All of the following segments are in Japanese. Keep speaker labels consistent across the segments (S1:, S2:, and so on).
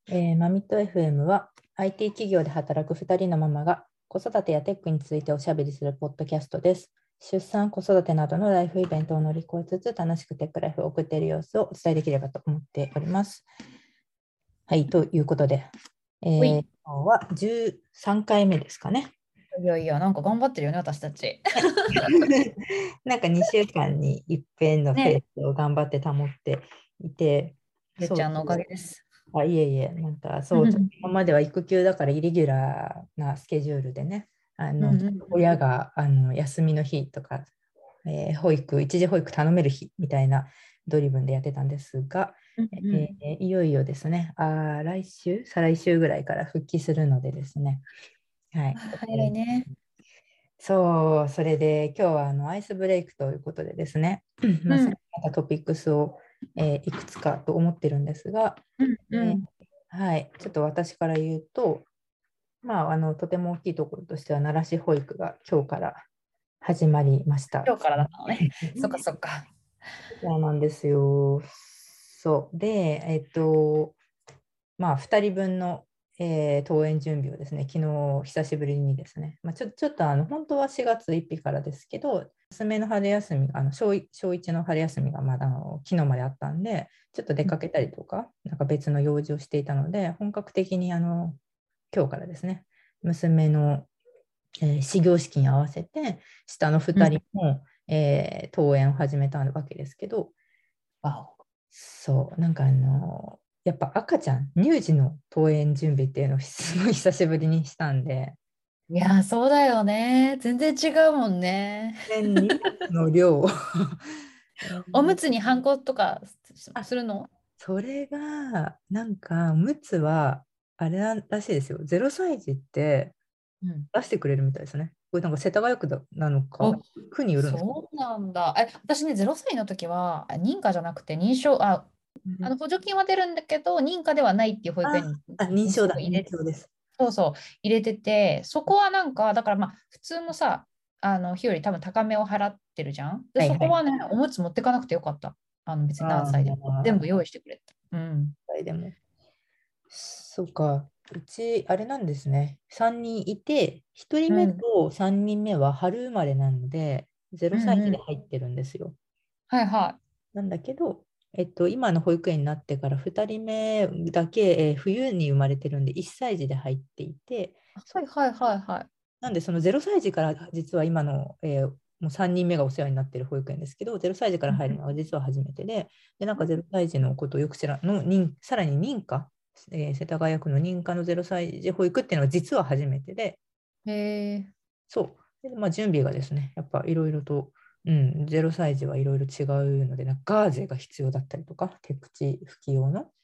S1: マミット FM は IT 企業で働く2人のママが子育てやテックについておしゃべりするポッドキャストです。出産、子育てなどのライフイベントを乗り越えつつ楽しくテックライフを送っている様子をお伝えできればと思っております。はい、ということで、今日は13回目ですかね。
S2: いやいや、なんか頑張ってるよね、私たち。
S1: なんか2週間に一遍のペースを頑張って保っていて、
S2: ゆっちゃんのおかげです。
S1: いえいえ、なんかそう、今までは育休だからイレギュラーなスケジュールでね、親が休みの日とか、一時保育頼める日みたいなドリブンでやってたんですが、いよいよですね、来週、再来週ぐらいから復帰するのでですね、はい。
S2: 早いね。
S1: そう、それで今日はアイスブレイクということでですね、またトピックスを、いくつかと思ってるんですが、はい、ちょっと私から言うと、とても大きいところとしては、奈良市保育が今日から始まりました。
S2: 今日からだったのね。そっかそっか。
S1: そうなんですよ。そう。で、2人分の、登園準備をですね、昨日久しぶりにですね、ちょっと本当は4月1日からですけど、娘の春休み、小1の春休みがまだ昨日まであったんで、ちょっと出かけたりとか、なんか別の用事をしていたので、本格的に今日からですね、娘の、始業式に合わせて、下の2人も、登園を始めたわけですけど、そう、なんかやっぱ赤ちゃん、乳児の登園準備っていうのをすごい久しぶりにしたんで、
S2: いや、そうだよね。全然違うもんね。
S1: 荷物の量を
S2: おむつにハンコとかするの？
S1: それが、なんか、おむつは、あれらしいですよ。0歳児って出してくれるみたいですね。これなんか世田谷区なのか、区によるんですか？
S2: そうなんだ。私ね、0歳の時は認可じゃなくて認証、補助金は出るんだけど、認可ではないっていう保育園
S1: 認
S2: に
S1: 証だ、認
S2: 入れ
S1: 証です。
S2: そうそう、入れてて、そこはなんか、だから普通のさ、日より多分高めを払ってるじゃん。で、
S1: はいはい。
S2: そこはね、おむつ持ってかなくてよかった。別に何歳でも。全部用意してくれた。
S1: でも、そうか。うち、あれなんですね。3人いて、1人目と3人目は春生まれなので、0歳児で入ってるんですよ。
S2: はいはい。
S1: なんだけど、今の保育園になってから2人目だけ、冬に生まれてるんで、1歳児で入っていて、
S2: はいはいはいはい。
S1: なんでその0歳児から実は今の、もう3人目がお世話になっている保育園ですけど、0歳児から入るのは実は初めてで、なんか0歳児のことをよく知らの、さらに認可、世田谷区の認可の0歳児保育っていうのは実は初めてで、
S2: へえ。
S1: そう。で、準備がですね、やっぱいろいろと、0歳児はいろいろ違うので、なんかガーゼが必要だったりとか、手口拭き用の。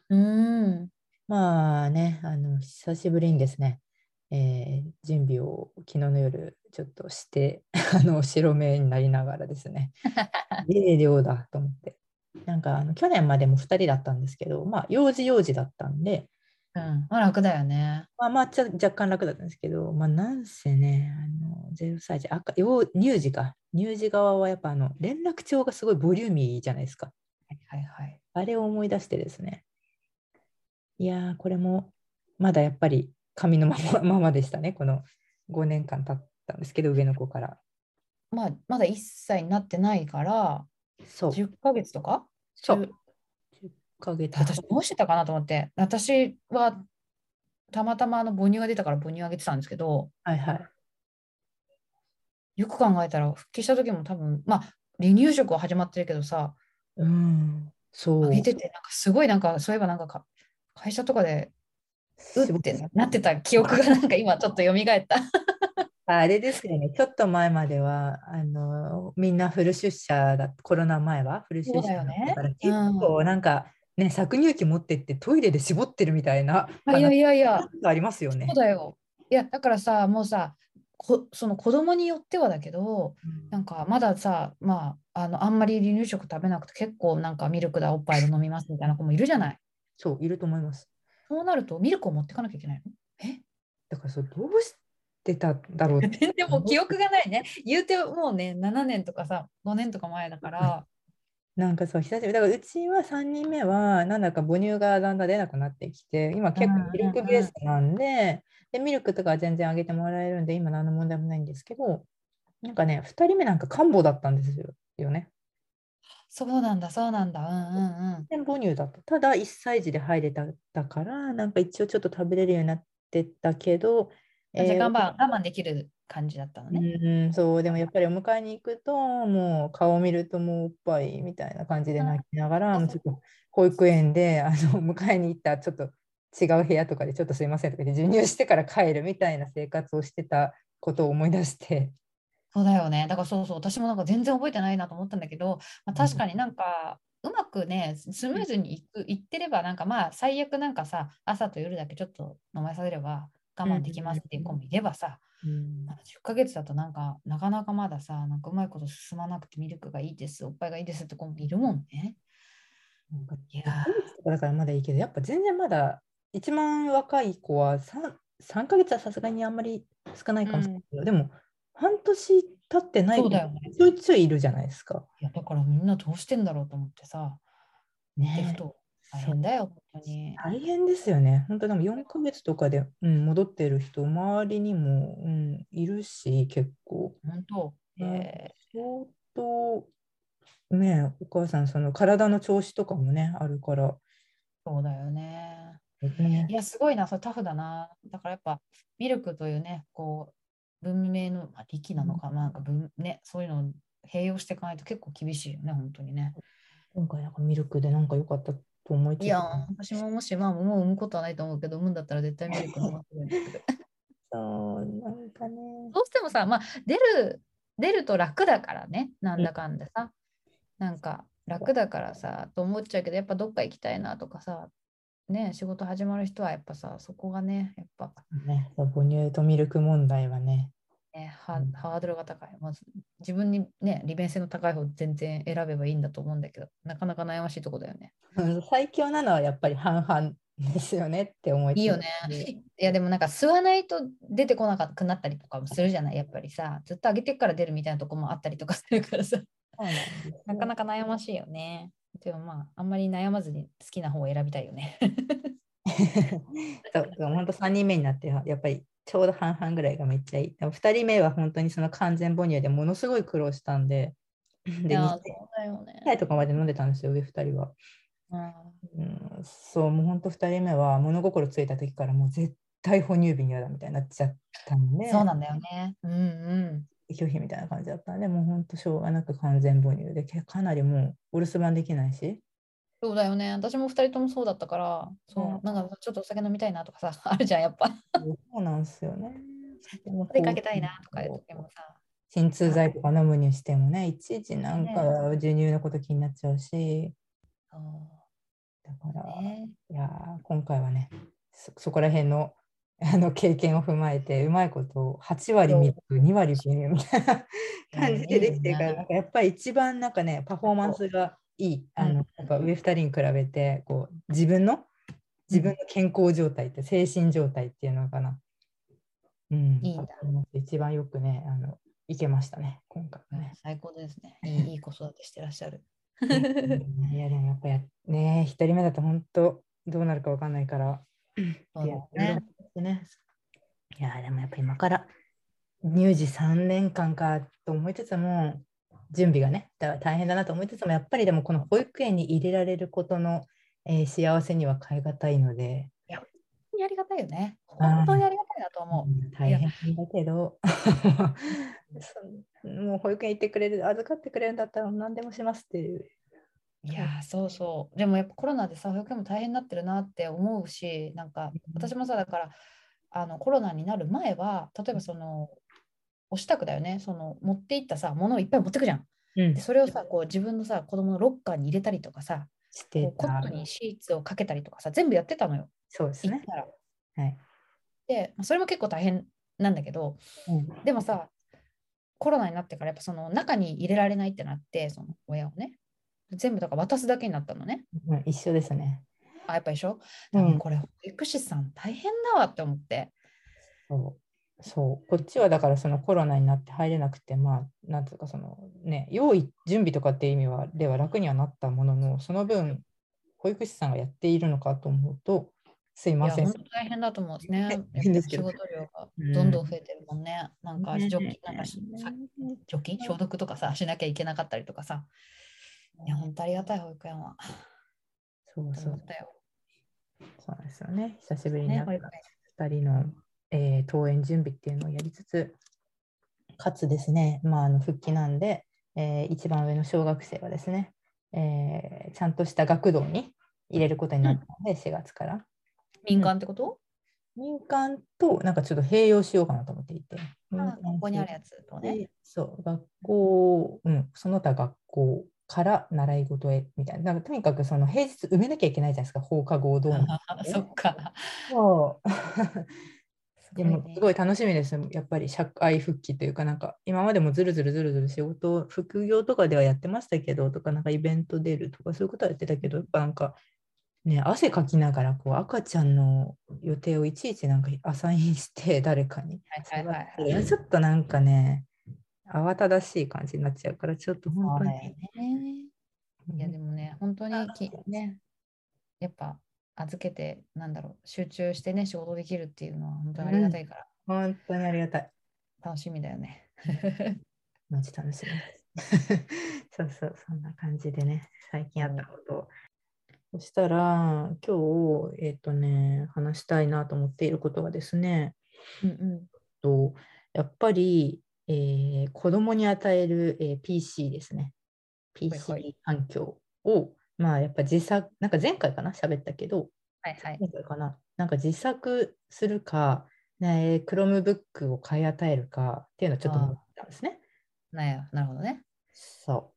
S1: まあね、久しぶりにですね、準備を昨日の夜ちょっとして、白目になりながらですね、量だと思って。なんか去年までも2人だったんですけど、幼児幼児だったんで、
S2: 楽だよね。
S1: 若干楽だったんですけど、なんせね、0歳児、乳児か。乳児側はやっぱ連絡帳がすごいボリューミーじゃないですか。
S2: はいはい。
S1: あれを思い出してですね。いやー、これもまだやっぱり紙のままでしたね。この5年間経ったんですけど、上の子から。
S2: まだ1歳になってないから、
S1: そう。
S2: 10ヶ月とか
S1: そう。10ヶ月。
S2: 私どうしてたかなと思って。私はたまたま母乳が出たから母乳あげてたんですけど、
S1: はいはい。
S2: よく考えたら復帰した時も多分、離乳食は始まってるけどさ、あ
S1: そう。
S2: げてて、なんかすごいなんか、そういえばなんか会社とかで、うってなってた記憶がなんか今ちょっと蘇った。
S1: あれですよね。ちょっと前までは、みんなフル出社コロナ前はフル
S2: そう
S1: 出社
S2: だよね。
S1: だったから、結構なんか、ね、搾乳機持ってってトイレで絞ってるみたいな
S2: いや
S1: 話
S2: いやいや、
S1: ありますよ
S2: そう
S1: ね。
S2: だよ。いや、だからさ、もうさ、その子供によってはだけど、なんかまださ、あんまり離乳食食べなくて結構なんかミルクだ、おっぱいで飲みますみたいな子もいるじゃない。
S1: そう、いると思います。
S2: そうなるとミルクを持ってかなきゃいけないの？え
S1: だからそれどうしてたんだろうって。
S2: 全然もう記憶がないね。言うてもうね、7年とかさ、5年とか前だから、
S1: なんかそう、久しぶり。だからうちは3人目は、なんだか母乳がだんだん出なくなってきて、今
S2: うん
S1: 結構ミルクベー
S2: うん
S1: スなんで、ミルクとかは全然あげてもらえるんで、今何の問題もないんですけど、なんかね、2人目なんかカンボだったんですよね。
S2: そうなんだ、そうなんだ。うんうんうん。
S1: 全母乳だった。ただ1歳児で入れたから、なんか一応ちょっと食べれるようになってたけど、
S2: あ、じゃあ
S1: えー
S2: 我慢できる感じだったのね。
S1: そう、でもやっぱりお迎えに行くと、もう顔を見るともうおっぱいみたいな感じで
S2: うん、
S1: 泣きながら、
S2: そうそう。
S1: もうちょっと保育園で迎えに行ったちょっと違う部屋とかでちょっとすいませんとかで授乳してから帰るみたいな生活をしてたことを思い出して、
S2: そうだよね。だからそうそう、私もなんか全然覚えてないなと思ったんだけど、まあ、確かになんか、うまくね、スムーズにいってれば、なんかまあ、最悪なんかさ、朝と夜だけちょっと飲まされれば
S1: うん
S2: 我慢できますっていう子もいればさ、
S1: うん、
S2: まあ、10ヶ月だとなんか、なかなかまださ、なんかうまいこと進まなくてミルクがいいです、おっぱいがいいですって子もいるもんね。
S1: なんか
S2: いや
S1: 1ヶ月とかだからまだいいけど、やっぱ全然まだ一番若い子は3ヶ月はさすがにあんまり少ない
S2: ー、
S1: かもし
S2: うん、
S1: れないけど、でも半年経ってない子
S2: そうだよね。
S1: ちょいちょいいるじゃないですか。
S2: いや、だからみんなどうしてんだろうと思ってさ、見てふ
S1: ねえ。
S2: と大
S1: そう、
S2: 変だよ、本当に。
S1: 大変ですよね。本当でも4ヶ月とかで、戻ってる人、周りにも、いるし、結構。
S2: 本当。
S1: 相当、ね、お母さん、その体の調子とかもね、あるから。
S2: そうだよね。い
S1: ね、
S2: や、すごいな、それタフだな。だからやっぱ、ミルクというね、文明の、まあ、利なのかな、なんかね、そういうのを併用していかないと結構厳しいよね、本当にね。
S1: 今回なんかミルクでなんか良かったと思い
S2: いやー、
S1: つつ、
S2: 私ももし、まあ、もう産むことはないと思うけど、産むんだったら絶対ミルク飲ませるんだけど。
S1: そう、なんかね。
S2: どうしてもさ、まあ、出ると楽だからね、なんだかんださ。なんか楽だからさ、と思っちゃうけど、やっぱどっか行きたいなとかさ、ね、仕事始まる人はやっぱさ、そこがね、やっぱ、
S1: ね、そう母乳とミルク問題はね。
S2: ね、
S1: うん、
S2: ハードルが高い。まず自分にね、利便性の高い方全然選べばいいんだと思うんだけど、なかなか悩ましいとこだよね。
S1: 最強なのはやっぱり半々ですよねって思いつつ。
S2: いいよね。いや、でもなんか吸わないと出てこなくなったりとかもするじゃない、やっぱりさ。ずっと上げてから出るみたいなとこもあったりとかするからさ。
S1: そうなんですよ。
S2: なかなか悩ましいよね。でもまあ、あんまり悩まずに好きな方を選びたいよね。
S1: そう、でも本当3人目になって、やっぱりちょうど半々ぐらいがめっちゃいい。でも2人目は本当にその完全母乳でものすごい苦労したんで、で、
S2: いやー、
S1: 2
S2: そうだよね。
S1: 歳とかまで飲んでたんですよ、上2人は。
S2: うん、
S1: そう、もう本当2人目は物心ついた時からもう絶対哺乳瓶嫌だみたいになっちゃったんで、
S2: そうなんだよね。うんうん。
S1: 拒否みたいな感じだったんで、もう本当しょうがなく完全母乳で、かなりもうお留守番できないし、
S2: そうだよね。私も二人ともそうだったから、そう、なんかちょっとお酒飲みたいなとかさ、あるじゃん、やっぱ。
S1: そうなんですよね。でも
S2: 出
S1: こう
S2: かけたいなとかいう時もさ、
S1: 鎮痛
S2: あ、
S1: 剤とか飲むにしてもね、いちいちなんか
S2: ね、
S1: 授乳のこと気になっちゃうし、
S2: そ
S1: だから、
S2: うね。
S1: いや今回はね、そこら辺の、経験を踏まえて、うまいこと8割ミル
S2: そ
S1: ク、2割母乳みたいな
S2: う、
S1: 感じで
S2: いいよ
S1: できてるから、なん
S2: ね。
S1: かやっぱり一番なんかね、パフォーマンスがいい、
S2: うん、
S1: やっぱ上2人に比べて、こう、
S2: うん、
S1: 自分の健康状態って、精神状態っていうのかな。うん、
S2: いいんだ。
S1: 一番よくね、いけましたね、今回はね。
S2: 最高ですね。いい子育てしてらっしゃる。
S1: でもやっぱね、一人目だと本当どうなるかわかんないから、
S2: そうだ
S1: い
S2: よね。
S1: ろね。いや、でもやっぱ今から乳児3年間かと思いつつも、準備がね、だから大変だなと思いつつも、やっぱりでもこの保育園に入れられることの、幸せには代え難いので、
S2: いや、本当にありがたいよね。本当にあ
S1: あ
S2: りがたいなと思う。い
S1: 大
S2: や、
S1: 変だけど、もう保育園行ってくれる、預かってくれるんだったら何でもしますっていう感じ。
S2: そうそう。でもやっぱコロナでさ、保育園も大変になってるなって思うし、なんか私もさ、だからコロナになる前は、例えばその、お支度だよね、その持っていったさ、物をいっぱい持ってくじゃん。で、
S1: うん、
S2: それをさ、こう自分のさ、子供のロッカーに入れたりとかさ、
S1: して
S2: こうコット
S1: た。
S2: にシーツをかけたりとかさ、全部やってたのよ。
S1: そうですね。
S2: 行ったら。
S1: はい。
S2: で、まあそれも結構大変なんだけど、
S1: うん、
S2: でもさ、コロナになってからやっぱその中に入れられないってなって、その親をね、全部だから渡すだけになったのね。
S1: うん、一緒ですね。
S2: あ、やっぱりでしょ。
S1: うん。
S2: 多分これ、保育士さん大変だわって思って。
S1: そう。 そう、こっちはだからそのコロナになって入れなくて、まあ、なんつうか、そのね、用意、準備とかっていう意味は、では楽にはなったものの、その分、保育士さんがやっているのかと思うと、すい
S2: いや、
S1: ません。
S2: 本当大変だと思うんですね。やっぱ
S1: 変ですけど。
S2: 仕事量が
S1: う
S2: どんどん
S1: ん。
S2: 増えてるもんね。なんか
S1: ね
S2: 除菌、なんか除菌、消毒とかさ、しなきゃいけなかったりとかさ。いや、本当ありがたい、保育園は。と
S1: そうそう。
S2: 思ったよ。
S1: そうなんですよね。久しぶりに
S2: ね、
S1: 会った
S2: 保育園。
S1: 2人の、登園準備っていうのをやりつつ、かつですね、まあ、復帰なんで、一番上の小学生はですね、ちゃんとした学童に入れることに
S2: うん。
S1: なったので、4月から。
S2: 民
S1: うん、
S2: 間ってこと？
S1: 民間となんかちょっと併用しようかなと思っていて、民
S2: あ、学
S1: 間系
S2: 校にあるやつとね。
S1: で、そう、学校、その他学校から習い事へみたいな、なんかとにかくその平日埋めなきゃいけないじゃないですか、放課後をどうにかし
S2: そ
S1: て。
S2: っか。
S1: そう。
S2: す
S1: で
S2: ごいね。
S1: もすごい楽しみです。やっぱり社会復帰というか、なんか今までもずるずるずるずる仕事、副業とかではやってましたけど、とか、なんかイベント出るとか、そういうことはやってたけど、やっぱなんかね、汗かきながらこう赤ちゃんの予定をいちいちなんかアサインして誰かに
S2: はいはい
S1: 探っ
S2: はいはい。
S1: てる、ちょっとなんかね、慌ただしい感じになっちゃうから、ちょっと本当に、
S2: そうだよね。いや、でもね、本当にね、やっぱ預けて、なんだろう、集中してね、仕事できるっていうのは本当にあり
S1: うん、
S2: がたいから、
S1: 本当にありがたい。
S2: 楽しみだよね。
S1: マジ楽しみです。そうそう、そんな感じでね、最近あったことを。そしたら、今日、話したいなと思っていることがですね、
S2: うんう
S1: とやっぱり、子供に与える、PC ですね。
S2: ん。はいはい。
S1: PC 環境を、まあ、やっぱ自作、なんか前回かな、喋ったけど、
S2: はいはい。
S1: 前回かな、なんか自作するか、ね、Chromebook を買い与えるかっていうのをちょっと思っ
S2: あ
S1: たんですね。
S2: あ、なるほどね。
S1: そう。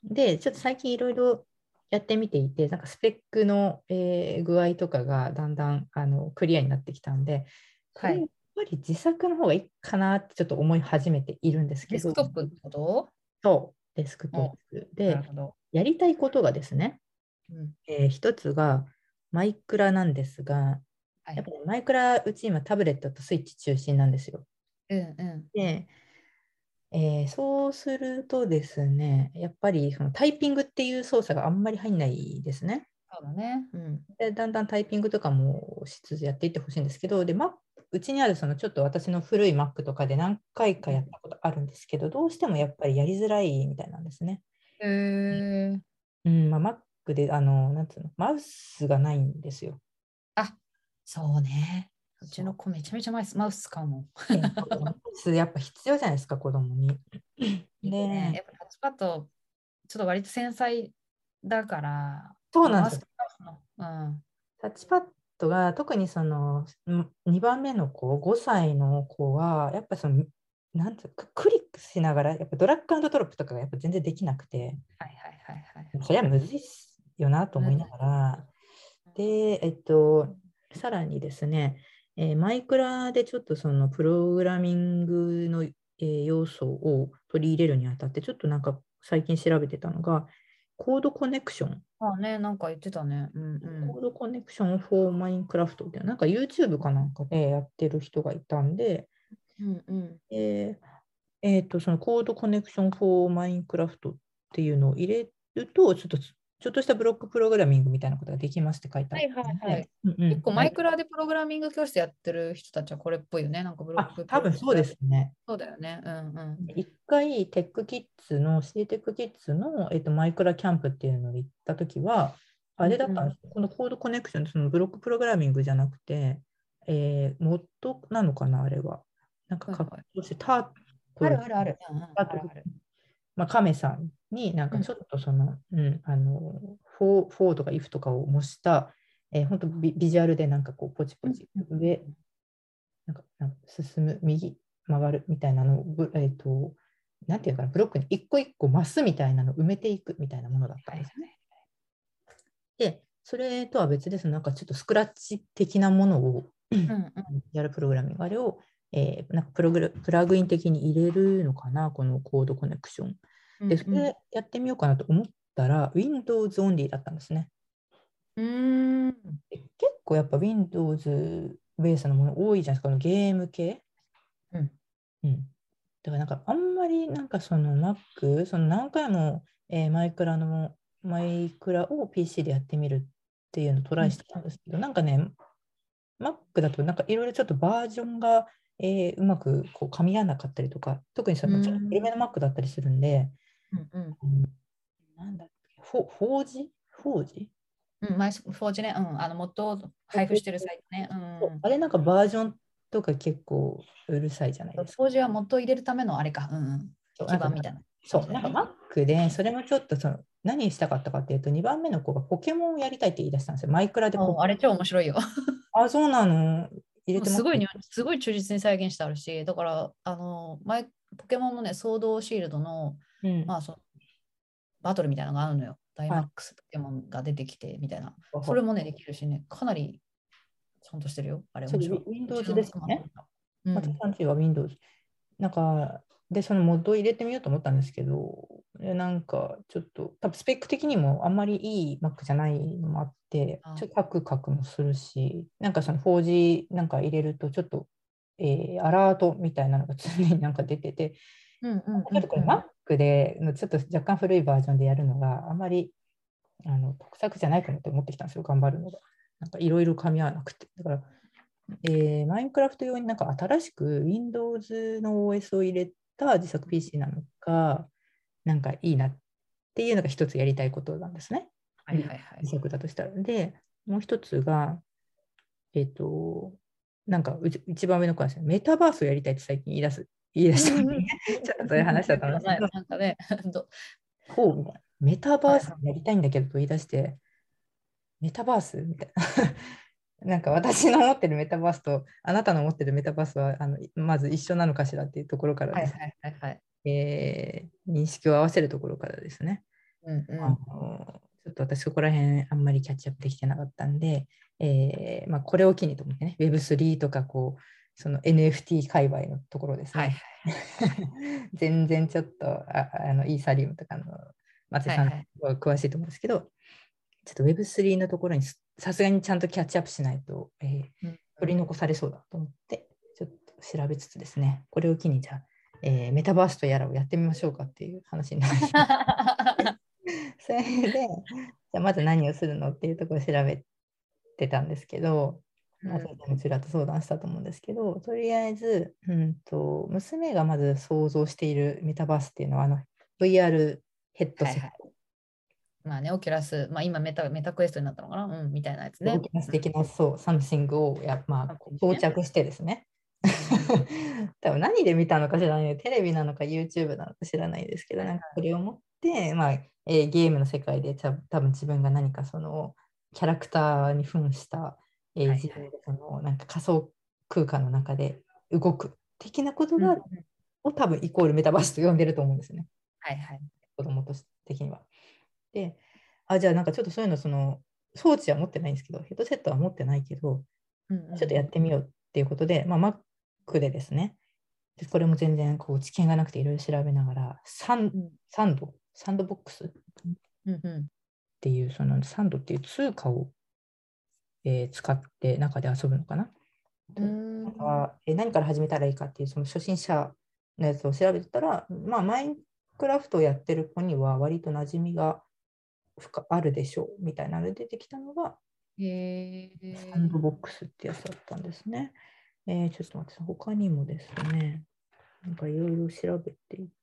S1: で、ちょっと最近いろいろやってみていて、なんかスペックの、具合とかがだんだんクリアになってきたんで、これやっ
S2: はい。
S1: ぱり自作の方がいいかなってちょっと思い始めているんですけ
S2: デスク
S1: ど、
S2: トップってこと？
S1: そう、デスクトッ
S2: お、
S1: プで、
S2: なるほど。
S1: やりたいことがですね、
S2: うん。
S1: 一つがマイクラなんですが、
S2: はい。
S1: やっぱりマイクラ、うち今タブレットとスイッチ中心なんですよ。
S2: うんうん。
S1: で、そうするとですね、やっぱりそのタイピングっていう操作があんまり入んないですね。
S2: そうだね。うん。
S1: で、だんだんタイピングとかもしつつやっていってほしいんですけど、で、うちにあるそのちょっと私の古い Mac とかで何回かやったことあるんですけど、どうしてもやっぱりやりづらいみたいなんですね。
S2: へえ。
S1: うん、まあ、Mac で、なんつうの、マウスがないんですよ。
S2: あ、そうね。うちの
S1: そ
S2: 子めちゃめちゃマウス使うもん。
S1: う。マウスやっぱ必要じゃないですか、子供に。
S2: いいね。
S1: で、
S2: やっぱタッチパッド、ちょっと割と繊細だから、回す
S1: そうなんですよ。
S2: の。うん。
S1: タッチパッドが特にその2番目の子、5歳の子は、やっぱその、なんていうか、クリックしながら、やっぱドラッグアンドドロップとかがやっぱ全然できなくて、
S2: はいはいはいはい。
S1: それはむずいっすよなと
S2: むずい。
S1: 思いながら、で、さらにですね、マイクラでちょっとそのプログラミングの、要素を取り入れるにあたって、ちょっとなんか最近調べてたのが、コードコネクション。
S2: あね、なんか言ってたね。うんうん。
S1: コードコネクション for Minecraft ってなんか YouTube かなんかでやってる人がいたんで、
S2: うんうん。
S1: でそのコードコネクション for Minecraft っていうのを入れると、ちょっとしたブロックプログラミングみたいなことができますって書いてあっ
S2: はいはい
S1: たので、
S2: はい。結構マイクラでプログラミング教室やってる人たちはこれっぽいよね。なんかブロックプ
S1: 多分そう
S2: ログラミング。
S1: ですね。
S2: そうだよね。うんうん。
S1: 一回、テックキッズの、シティテックキッズの、マイクラキャンプっていうのに行ったときは、あれだったんですよ。このコードコネクション、そのブロックプログラミングじゃなくて、モッドなのかな、あれは。なんか格
S2: はいはい。
S1: 好して、タート
S2: ある
S1: ル、
S2: あるある。うんうん。
S1: あと、
S2: あるある。
S1: まあ、カメさんになん
S2: うん
S1: かちょっとその、フォーとかイフとかを模した、本当ビジュアルでなんかこう、ポチポチ、
S2: うんうん
S1: 上、なんか進む、右、曲がるみたいなのを、なんていうかな、ブロックに一個一個マスみたいなのを埋めていくみたいなものだった
S2: はいはい。
S1: んですね。で、それとは別です。なんかちょっとスクラッチ的なものを
S2: うんうん
S1: やるプログラミング、あれを、なんかプラグイン的に入れるのかな、このコードコネクション。で、そ
S2: うんうん。
S1: れやってみようかなと思ったら、Windows only だったんですね。
S2: うーん。
S1: で結構やっぱ Windows ベースのもの多いじゃないですか、このゲーム系。
S2: うん
S1: うん。だからなんかあんまりなんかその Mac、その何回も、マイクラを PC でやってみるっていうのをトライしてたんですけど、なんかね、Mac だとなんかいろいろちょっとバージョンが、うまくこう噛み合わなかったりとか、特にそのちょっと
S2: うん
S1: 古めの Mac だったりするんで、
S2: うんうん
S1: うんなんだっけ、フォージ
S2: マイフォージね、元を配布してるサイトね。
S1: あれなんかバージョンとか結構うるさいじゃないですか。
S2: フォージは元を入れるためのあれか。
S1: そうなんか
S2: 基盤みたいな
S1: そう、なんか
S2: 感じだよね。
S1: Mac で、それもちょっとその何したかったかっていうと、2番目の子がポケモンをやりたいって言い出したんですよ。マイクラで
S2: あれ超面白いよ。
S1: あ、そうなの入れてます。
S2: すごい忠実に再現してあるし、だから、ポケモンのね、ソードシールドの、
S1: うん。
S2: まあ、バトルみたいなのがあるのよ。ダイ
S1: はい。
S2: マックスポケモンが出てきてみたいな。
S1: ほほ
S2: それもね、できるしね、かなりちゃんとしてるよ。あれ
S1: それ
S2: 面白い。うち
S1: Windows
S2: の
S1: ですよね。
S2: 妻もうん。
S1: 松さんちは Windows。なんか、で、そのモッドを入れてみようと思ったんですけど、なんかちょっと、多分スペック的にもあんまりいい Mac じゃないのもあって、ちょっとカクカクもするし、なんかその 4G なんか入れると、ちょっと、アラートみたいなのが常になんか出てて、
S2: うんうん
S1: ちょっとこれ
S2: うん
S1: Mac で、ちょっと若干古いバージョンでやるのがあまり得策じゃないかなって思ってきたんですよ、頑張るのが。なんかいろいろ噛み合わなくて。だから、マインクラフト用になんか新しく Windows の OS を入れた自作 PC なのか、なんかいいなっていうのが一つやりたいことなんですね。
S2: はいはいはい。
S1: 自作だとしたら。で、もう一つが、えっと、なんか一番上の子はですね、メタバースをやりたいって最近言い出したので、
S2: うんうん
S1: ちょっとそういう話だったんですけど、
S2: なんかね、
S1: こうみたいな。メタバース
S2: はいはい。
S1: やりたいんだけどと言い出して、メタバースみたいな。なんか私の持ってるメタバースとあなたの持ってるメタバースはまず一緒なのかしらっていうところからです
S2: はいはいはいはい。
S1: ね、認識を合わせるところからですね、
S2: うんうん。
S1: ちょっと私そこら辺あんまりキャッチアップできてなかったんで、まあ、これを機にと思ってね、Web3 とかこう、その NFT 界隈のところです
S2: はい
S1: ね。全然ちょっとイーサリウムとかの松井さん
S2: はいはい。
S1: は詳しいと思うんですけど、ちょっと Web3 のところにさすがにちゃんとキャッチアップしないと、
S2: うんうん。
S1: 取り残されそうだと思って、ちょっと調べつつですね、これを機にじゃあ、メタバースとやらをやってみましょうかっていう話になりました。それで、じゃあまず何をするのっていうところを調べてたんですけど、まずちらっと相談したと思うんですけど、とりあえず、娘がまず想像しているメタバースっていうのは、VR ヘッドセッ
S2: はいはい。まあね、オキュラス、まあ今メタクエストになったのかなみたいなやつ
S1: ト、大
S2: ね。
S1: きな素敵な、そう、サムシングをまあ、装着してですね、多分何で見たのか知らない、テレビなのか YouTube なのか知らないですけど、なんかこれを持って、まあゲームの世界で多分自分が何かそのキャラクターに扮した、自分でそのなんか仮想空間の中で動く的なことが、を多分イコールメタバースと呼んでると思うんですよね、
S2: はいはい。
S1: 子供と的には。で、じゃあなんかちょっとそういうの、その装置は持ってないんですけど、ヘッドセットは持ってないけど、ちょっとやってみようっていうことで、まあ、Mac でですね、でこれも全然こう知見がなくていろいろ調べながら、サンドボックスっ
S2: うんうん
S1: ていう、そのサンドっていう通貨を、使って中で遊ぶのかな。
S2: う
S1: なん
S2: ん。
S1: か何から始めたらいいかっていう、その初心者のやつを調べてたら、まあ、マインクラフトをやってる子には割と馴染みがあるでしょうみたいなので出てきたのが、
S2: へ
S1: サンド
S2: え。
S1: ボックスってやつだったんですね。ちょっと待って、他にもですね、なんかいろいろ調べていって、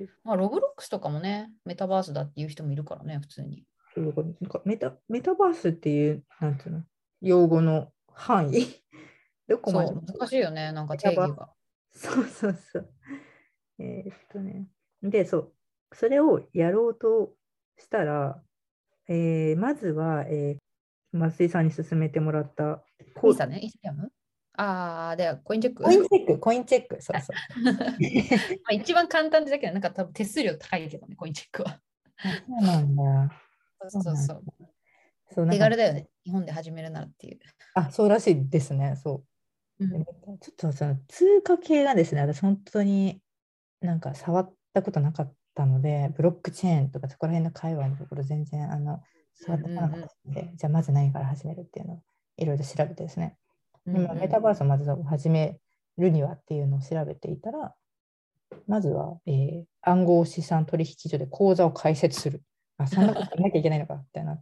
S2: まあ、ロブロックスとかもね、メタバースだっていう人もいるからね、普通に。
S1: なんかメタバースっていう、なんていうの、用語の範囲どこまで
S2: そう、難しいよね、なんか
S1: メタバー
S2: 定義が。
S1: スそうそうそう。ね。で、そう。それをやろうとしたら、まずは、松井さんに勧めてもらった
S2: イーサね、イーサリアムで、コインチェック
S1: コインチェック、そうそう。
S2: まあ一番簡単だけど、なんか多分手数料高いけどね、コインチェックは。
S1: あ、そうなんだ。そうなんだ。
S2: そうそう。
S1: そう、なん
S2: 手
S1: か、
S2: 軽だよね、日本で始めるならっていう。
S1: そうらしいですね。そう。で
S2: うん。
S1: ちょっとその通貨系がですね、私本当になんか触ったことなかったので、ブロックチェーンとかそこら辺の会話のところ全然
S2: うん
S1: 触ってこなかっ
S2: うん
S1: たので、じゃあまず何から始めるっていうのをいろいろ調べてですね。
S2: うん。うん
S1: 今、メタバースをまず始めるにはっていうのを調べていたら、まずは、暗号資産取引所で口座を開設する。そんなことしなきゃいけないのかってなって、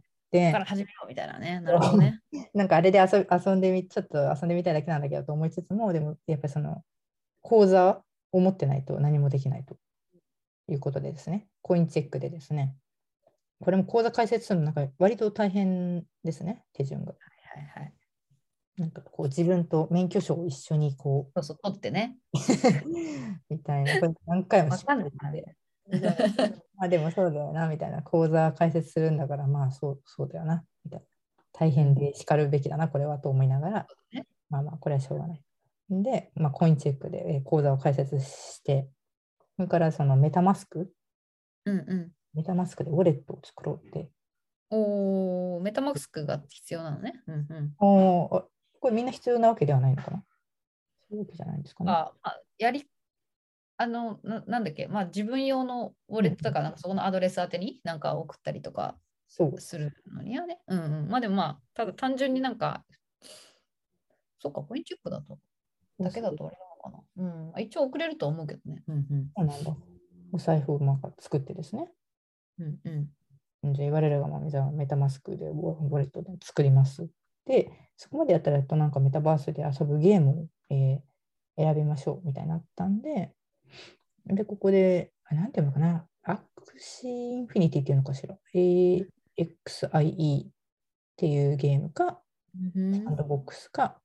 S2: から始めようみたいなね。なるほどね。
S1: なんかあれで遊んでちょっと遊んでみたいだけなんだけどと思いつつも、でもやっぱりその口座を持ってないと何もできないということでですね、コインチェックでですね、これも口座開設するのなんか割と大変ですね、手順が。
S2: はいはいはい。
S1: なんかこう自分と免許証を一緒にこ
S2: そうそう、取ってね。
S1: うみたいな、これ何回も
S2: わ
S1: 知
S2: かんないからね。
S1: ってて、でもそうだよなみたいな、口座開設するんだからまあそうだよなみたいな、大変でしかるべきだなこれはと思いながら、
S2: ね
S1: まあまあこれはしょうがない。で、まあ、コインチェックで口座を開設して、それからそのメタマスクでウォレットを作ろうって。
S2: おー、メタマスクが必要なのね。
S1: これみんな必要なわけではないのかな、そういうわけじゃないんですかね。
S2: なんだっけ、まあ自分用のウォレットだから、なんかそこのアドレス宛てになんか送ったりとか
S1: そう
S2: するのにはね。まあでもまあ、ただ単純になんか、そうか、コインチェックだけだとあれなのかな。一応送れると思うけどね。
S1: そうなんだ。お財布をまあ作ってですね。
S2: うんうん。
S1: じゃあ言われれば、じゃあメタマスクでウォレットで作ります。で、そこまでやったら、なんかメタバースで遊ぶゲームを、選びましょうみたいになったんで、ここで、なんていうのかな、アクシーインフィニティっていうのかしら、XIE っていうゲームか、サンドボックスか、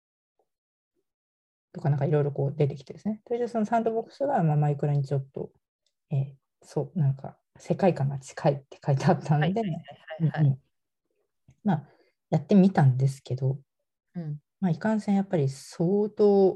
S1: とかなんかいろいろこう出てきてですね。それでそのサンドボックスが、マイクラにちょっと、なんか世界観が近いって書いてあったんで、まあ、やってみたんですけど、いかんせんやっぱり相当、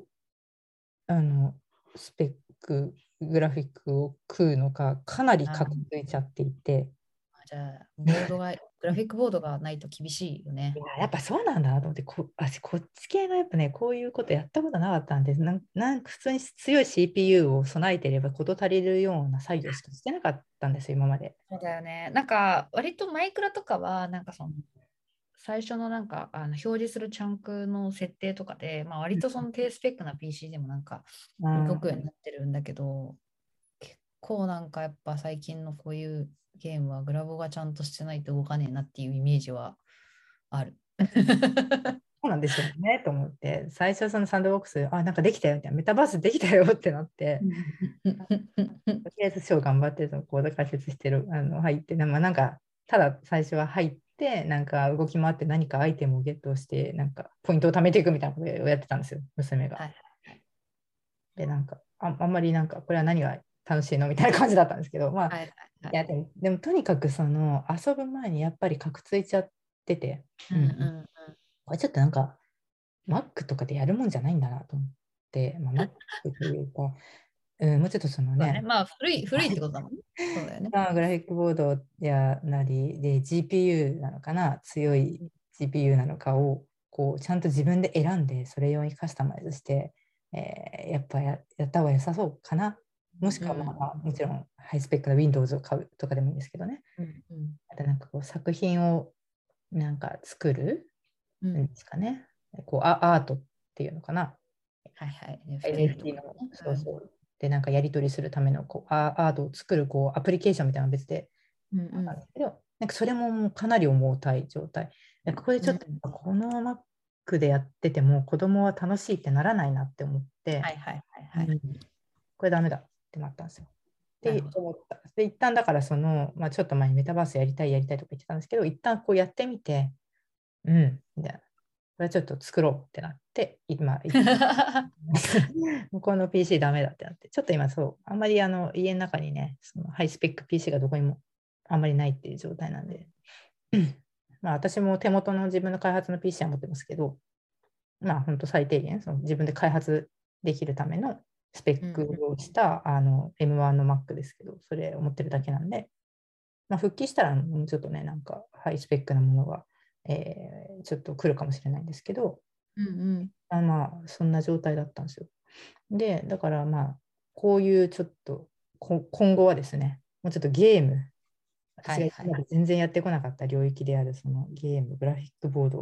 S1: スペック、グラフィックを食うのか、かなりかくついちゃっていて、
S2: じゃあ、グラフィックボードがないと厳しいよね。
S1: やっぱそうなんだなと思って、私こっち系のやっぱね、こういうことやったことなかったんです。なんか普通に強い CPU を備えていれば事足りるような作業しかしてなかったんですよ、今まで。
S2: そうだよね。なんか、割とマイクラとかは、なんかその、最初のなんか表示するチャンクの設定とかで、割とその低スペックな PC でもなんか動くようになってるんだけど、結構なんかやっぱ最近のこういうゲームはグラボがちゃんとしてないと動かねえなっていうイメージはある。
S1: そうなんでしょうねと思って、最初そのサンドボックス、なんかできたよみたいな、メタバースできたよってなって、とりあえず超頑張ってそのコード解説してる、入って、なんか、ただ最初は入って、なんか動き回って何かアイテムをゲットして、なんかポイントを貯めていくみたいなことをやってたんですよ、娘が。で、なんかあんまりなんか、これは何が楽しいのみたいな感じだったんですけど、いやでもとにかくその遊ぶ前にやっぱりかくついちゃってて、これちょっとなんか Mac とかでやるもんじゃないんだなと思って、Mac というか、もうちょっとそのね、
S2: 古いってことだもんね。そうだよね。
S1: グラフィックボードやなりで GPU なのかな、強い GPU なのかをこうちゃんと自分で選んで、それ用にカスタマイズして、やっぱやった方が良さそうかな。もしくは、もちろんハイスペックな Windows を買うとかでもいいんですけどね。あとなんかこう作品をなんか作るんですかね。こうアートっていうのかな。NFT の、そうそう。で、なんかやり取りするためのこうアートを作るこうアプリケーションみたいなの別でなんですけど、なんかそれももうかなり重たい状態。ここでちょっとこの Mac でやってても子供は楽しいってならないなって思って、これダメだってなったんですよ。って思った。で、一旦だからその、ちょっと前にメタバースやりたいとか言ってたんですけど、一旦こうやってみて、みたいな。これちょっと作ろうってなって、今、向こうの PC ダメだってなって、ちょっと今そう、あんまり家の中にね、そのハイスペック PC がどこにもあんまりないっていう状態なんで、私も手元の自分の開発の PC は持ってますけど、本当最低限、その自分で開発できるためのスペックをしたM1 の Mac ですけど、それを持ってるだけなんで、復帰したらもうちょっとね、なんかハイスペックなものが、ちょっと来るかもしれないんですけど、そんな状態だったんですよ。で、だからこういうちょっと今後はですね、もうちょっとゲーム、私が今まで全然やってこなかった領域であるそのゲーム、グラフィックボードを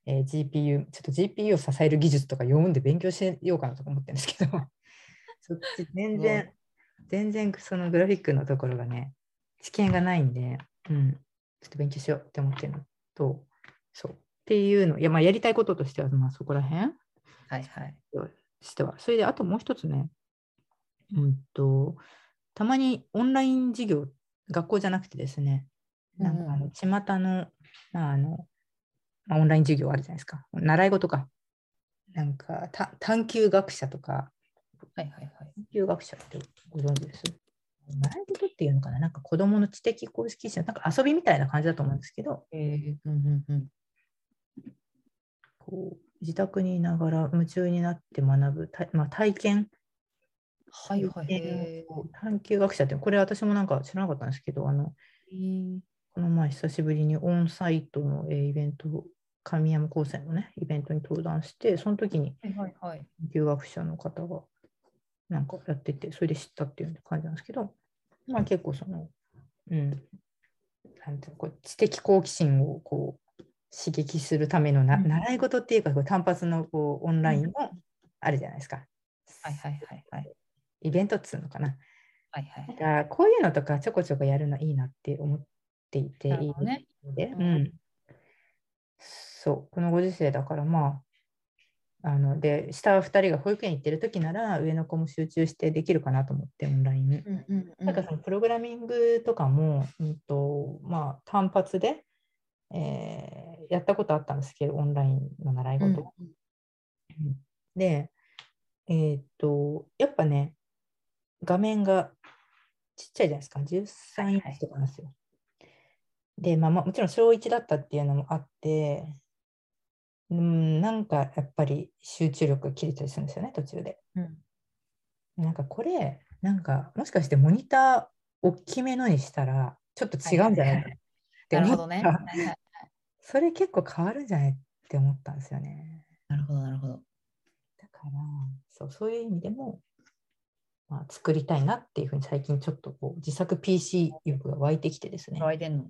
S1: GPU、ちょっと GPU を支える技術とか読んで勉強しようかなとか思ってるんですけど、そっち全然そのグラフィックのところがね、知見がないんで、ちょっと勉強しようって思ってるのと、そうっていうの、いや、まあ、やりたいこととしては、まあ、そこら辺
S2: はいはい。
S1: しては。それで、あともう一つね、たまにオンライン授業、学校じゃなくてですね、なんか巷の、まあオンライン授業あるじゃないですか。習い事か。なんか探究学者とか、
S2: はいはいはい。
S1: 探究学者ってご存知です？習い事っていうのかな、なんか子供の知的公式者、なんか遊びみたいな感じだと思うんですけど、こう自宅にいながら夢中になって学ぶ、まあ、
S2: はいはい。
S1: 体験を探究学者って、これ私もなんか知らなかったんですけど、この前久しぶりにオンサイトのイベント、神山高専のね、イベントに登壇して、その時に
S2: はいはいはい。
S1: 研究学者の方がなんかやってて、それで知ったっていう感じなんですけど、まあ結構その、なんていうの、こう知的好奇心をこう刺激するための習い事っていうか、こう単発のこうオンラインのあるじゃないですか。
S2: はいはいはいはい。
S1: イベントっつうのかな。
S2: はいはい
S1: なん
S2: はい。
S1: かこういうのとかちょこちょこやるのいいなって思っていて、
S2: なる
S1: いい
S2: ほどね。
S1: ので、そう、このご時世だからまあ、で、下2人が保育園行ってる時なら、上の子も集中してできるかなと思って、オンライン。なんかそのプログラミングとかも、まあ、単発で、やったことあったんですけど、オンラインの習い事。で、やっぱね、画面がちっちゃいじゃないですか、13インチとかなんですよ。で、まあ、もちろん小1だったっていうのもあって、なんかやっぱり集中力切れたりするんですよね、途中で。なんかこれ、なんかもしかしてモニター大きめのにしたら、ちょっと違うんじゃないかって
S2: なる
S1: 思
S2: ほどね。
S1: った。
S2: はいはい。
S1: それ結構変わるんじゃないって思ったんですよね。
S2: なるほどなるほど。
S1: だから、そういう意味でも、まあ、作りたいなっていうふうに最近ちょっとこう自作 PC 欲が湧いてきてですね。
S2: 湧いてんの。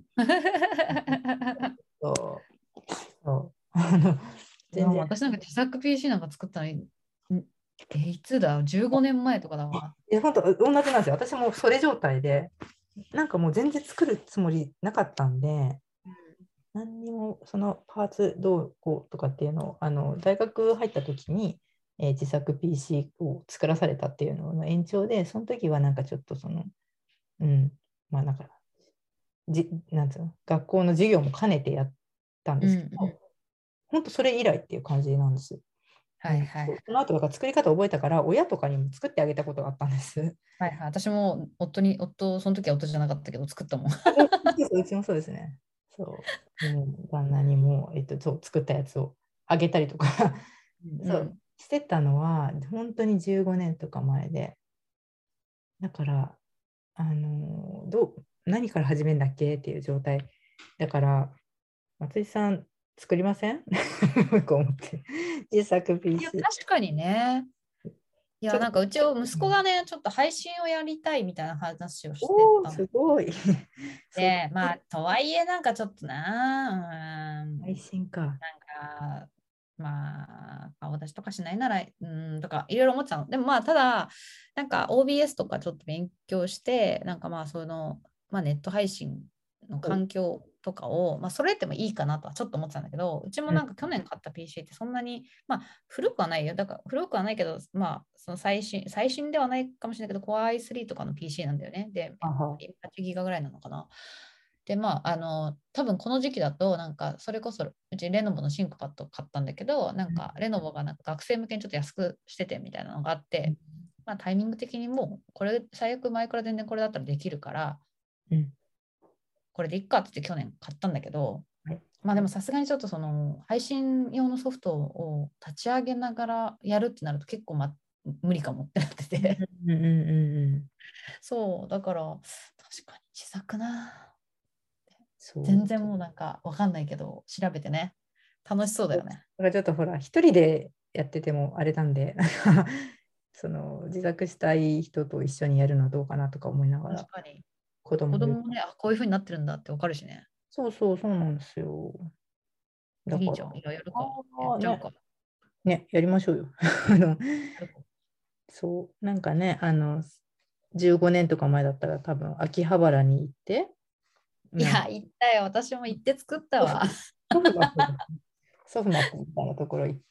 S1: そう全然。
S2: 私なんか自作 PC なんか作ったのに、いつだ ?15 年前とかだわ。
S1: 本当同じなんですよ。私もそれ状態で、なんかもう全然作るつもりなかったんで、何にもそのパーツどうこうとかっていうのを大学入った時に、自作 PC を作らされたっていうのの延長で、その時はなんかちょっとその、まあなんかなんつうの、学校の授業も兼ねてやったんですけど、本当それ以来っていう感じなんです。
S2: はいはい。
S1: その後だから作り方覚えたから、親とかにも作ってあげたことがあったんです。
S2: はいはい。私もその時は夫じゃなかったけど作ったもん。
S1: うちもそうですね。そう。旦那にも、そう作ったやつをあげたりとかそうしてたのは、本当に15年とか前で、だから、何から始めるんだっけっていう状態。だから、松井さん、作りませんこう思って。自作
S2: いや、
S1: PC。
S2: 確かにね。いや、
S1: ちょっと、
S2: なんかうちを息子がね、ちょっと配信をやりたいみたいな話をして
S1: おー、
S2: たの。
S1: すごい。そう、
S2: で、まあ、とはいえ、なんかちょっとな、
S1: 配信か。
S2: なんか、まあ、顔出しとかしないなら、とか、いろいろ思ってたの。でもまあ、ただ、なんか OBS とかちょっと勉強して、なんかまあ、まあ、ネット配信の環境とかを、まあ、それってもいいかなとはちょっと思ってたんだけど、うちもなんか去年買った PC ってそんなに、まあ、古くはないよ。だから、古くはないけど、まあ、その最新ではないかもしれないけど、Core i3 とかの PC なんだよね。で、8ギガぐらいなのかな。で、まあ、多分この時期だと、なんか、それこそうちレノボのシンクパッド買ったんだけど、なんか、レノボがなんか学生向けにちょっと安くしててみたいなのがあって、まあ、タイミング的にもう、これ、最悪前から全然これだったらできるから、これでいっかって言って去年買ったんだけど、まあでもさすがにちょっとその配信用のソフトを立ち上げながらやるってなると結構、無理かもってなっててそうだから確かに自作な。全然もうなんかわかんないけど調べてね。楽しそうだよね。
S1: だからちょっとほら、一人でやっててもあれなんで、その自作したい人と一緒にやるのはどうかなとか思いながら、
S2: 確かに。
S1: 子供いる。
S2: 子供もね、こういう風になってるんだってわかるしね。
S1: そうなんですよ。 だから、
S2: いいじゃん。いや、やるか。やっ
S1: ああね、
S2: ちゃうか。
S1: ね、やりましょうよ。あの、
S2: やるか
S1: そう、なんかね、15年とか前だったら多分秋葉原に行って、なんか
S2: いや、行ったよ。私も行って作った
S1: ソフ
S2: わ。
S1: ソフマップ、ソフマップみたいなところ行って、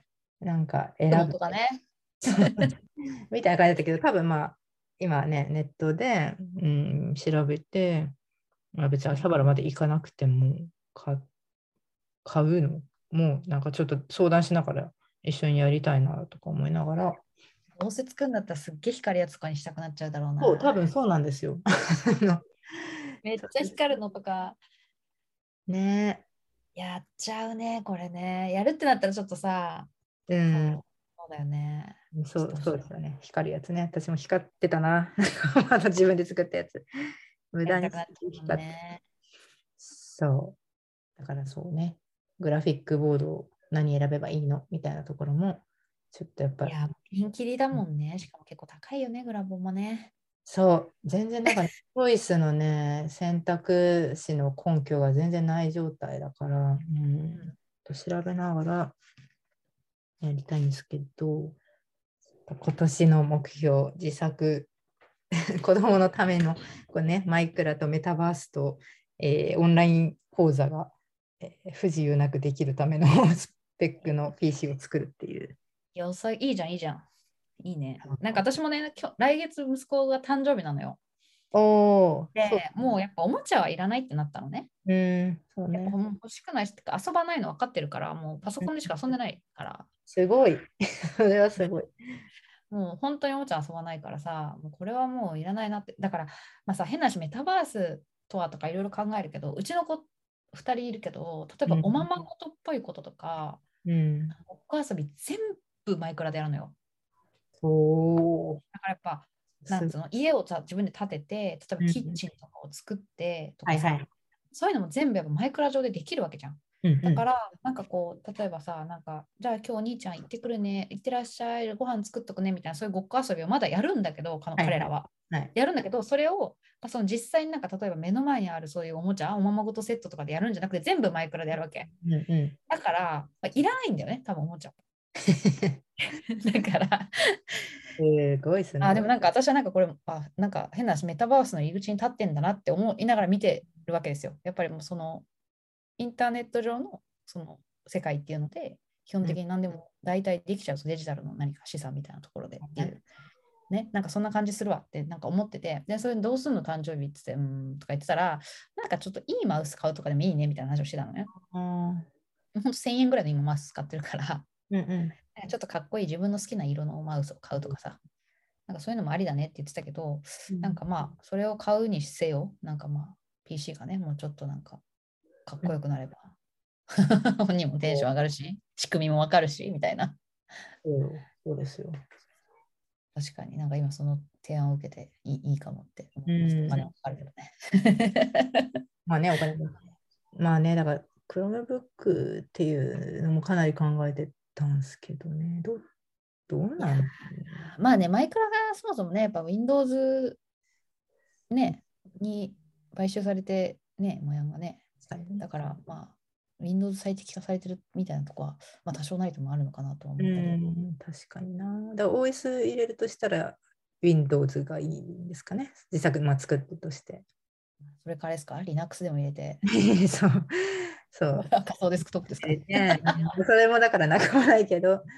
S1: なんか選ぶ。
S2: 雲とかね。
S1: そうみたいな感じだったけど、多分まあ、今ね、ネットで、調べて、まあ、別に秋葉原まで行かなくても買うのもうなんかちょっと相談しながら一緒にやりたいなとか思いながら、
S2: どうせ作るんだったらすっげえ光るやつとかにしたくなっちゃうだろう
S1: そう、多
S2: な。
S1: 分そうなんですよ。あの
S2: めっちゃ光るのとか、
S1: ね
S2: やっちゃうね、これね。やるってなったらちょっとさ、
S1: う
S2: そう、
S1: ん、
S2: そうだよね。
S1: そう、
S2: ちょっと
S1: そうですよね。光るやつね。私も光ってたな。まだ自分で作ったやつ。無
S2: やり
S1: 駄に
S2: たくなっちゃうもん
S1: 光って。
S2: ね。
S1: そう。だからそうね。グラフィックボードを何選べばいいのみたいなところも、ちょっとやっぱ、
S2: いや、ピンキリだもんね。しかも結構高いよね、グラボもね。
S1: そう、全然なんかね、チョイスのね、選択肢の根拠が全然ない状態だから、調べながらやりたいんですけど、今年の目標、自作、子供のためのこう、ね、マイクラとメタバースと、オンライン講座が、不自由なくできるためのスペックの PC を作るっていう。
S2: いや、いいじゃん、いいじゃん。いいね。なんか私もね、来月息子が誕生日なのよ。
S1: おー、そう、
S2: で、もうやっぱおもちゃはいらないってなったのね。
S1: そうね。
S2: やっぱもう欲しくないし、ってか遊ばないの分かってるから、もうパソ
S1: うん
S2: コンでしか遊んでないから、
S1: すごい。それはすごい。
S2: もう本当におもちゃ遊ばないからさ、もうこれはもういらないなって。だから、まあさ、変な話、メタバースとはとかいろいろ考えるけど、うちの子2人いるけど、例えばおままごとっぽいこととか、
S1: うん。
S2: ごっこ遊び全部マイクラでやるのよ。
S1: そ
S2: だからやっぱ、
S1: う。
S2: なんつうの、家をさ自分で建てて、例えばキッ
S1: うん。
S2: チンとかを作ってとかさ、
S1: はいはい。
S2: そういうのも全部やっぱマイクラ上でできるわけじゃん。
S1: うんうん。
S2: だから、なんかこう、例えばさ、なんか、じゃあ今日お兄ちゃん行ってくるね、行ってらっしゃい、ご飯作っとくねみたいな、そういうごっこ遊びをまだやるんだけど、
S1: はいはい。
S2: 彼らは。
S1: はい。
S2: やるんだけど、それを、その実際になんか例えば目の前にあるそういうおもちゃ、おままごとセットとかでやるんじゃなくて、全部マイクラでやるわけ。
S1: うんうん。
S2: だから、いらないんだよね、多分おもちゃ。だから
S1: すごいです
S2: で
S1: ね。
S2: もなんか私はなんかこれ、なんか変な話、メタバースの入り口に立ってんだなって思いながら見てるわけですよ。やっぱりもうそのインターネット上のその世界っていうので、基本
S1: うん
S2: 的に何でも大体できちゃうとデジタルの何か資産みたいなところでってい
S1: ね
S2: う、ね、なんかそんな感じするわってなんか思ってて、で、それどうすんの誕生日って言って、とか言ってたら、なんかちょっといいマウス買うとかでもいいねみたいな話をしてたのね。
S1: あー
S2: ほんと1000円ぐらいの今マウス使ってるから、
S1: うんう
S2: ちょっとかっこいい自分の好きな色のマウスを買うとかさ、なんかそういうのもありだねって言ってたけど、なん
S1: ん。
S2: かまあ、それを買うにせよ、なんかまあ、PC がね、もうちょっとなんかかっこよくなれば、本人もテンション上がるし、仕組みもわかるし、みたいな。
S1: そうですよ。
S2: 確かになんか今その提案を受けていいかもって思
S1: う
S2: いました。お金
S1: ん。
S2: はかかるけどね。
S1: まあね、お金も。まあね、だから、Chromebook っていうのもかなり考えてたんですけどね。どう
S2: いや
S1: なん
S2: まあね、マイクラがそもそもね、やっぱ Windows ね、に買収されてね、模様がね。だからまあ、Windows 最適化されてるみたいなとこは、まあ多少ないともあるのかなとは
S1: う
S2: 思ったり。
S1: 確かにな。だから OS 入れるとしたら Windows がいいんですかね。自作、まあ、作るとして。
S2: それからですか ?Linux でも入れて。
S1: そう。そう。
S2: 仮想デスクトップですか？
S1: ね、それもだからなくもないけど、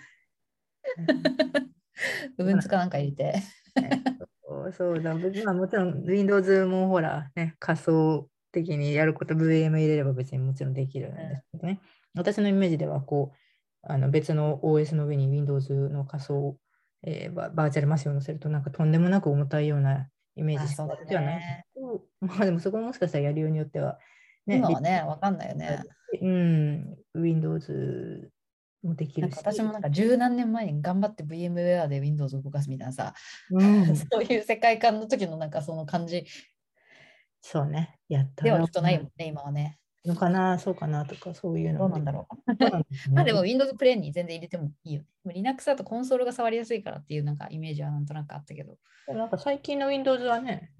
S2: 部分つかなんか入れて。
S1: ねそうだ、まあ、もちろん Windows もほら、ね、仮想的にやること、VM 入れれば別にもちろんできるんですけどね。私のイメージではこう、別の OS の上に Windows の仮想、バーチャルマシンを載せるとなんかとんでもなく重たいようなイメージしか
S2: そうだ
S1: 私はないんです
S2: ね。
S1: けど、まあでもそこももしかしたらやりようによっては、ね、
S2: 今はね、わかんないよね。
S1: Windows もでき
S2: なんか
S1: るし、
S2: 私もなんか十何年前に頑張って VMware で Windows を動かすみたいなさ、
S1: うん、
S2: そういう世界観の時のなんかその感じ
S1: そうね、やったら
S2: ではきっとないもんね、今はね。
S1: のかな、そうかなとか、そういうのもできる。
S2: どうなんだろう。
S1: そうなんです
S2: まあでも
S1: ね。
S2: Windows プレーンに全然入れてもいいよね。でも Linux だとコンソールが触りやすいからっていうなんかイメージはなんとなくあったけど。
S1: でもなんか最近の Windows はね、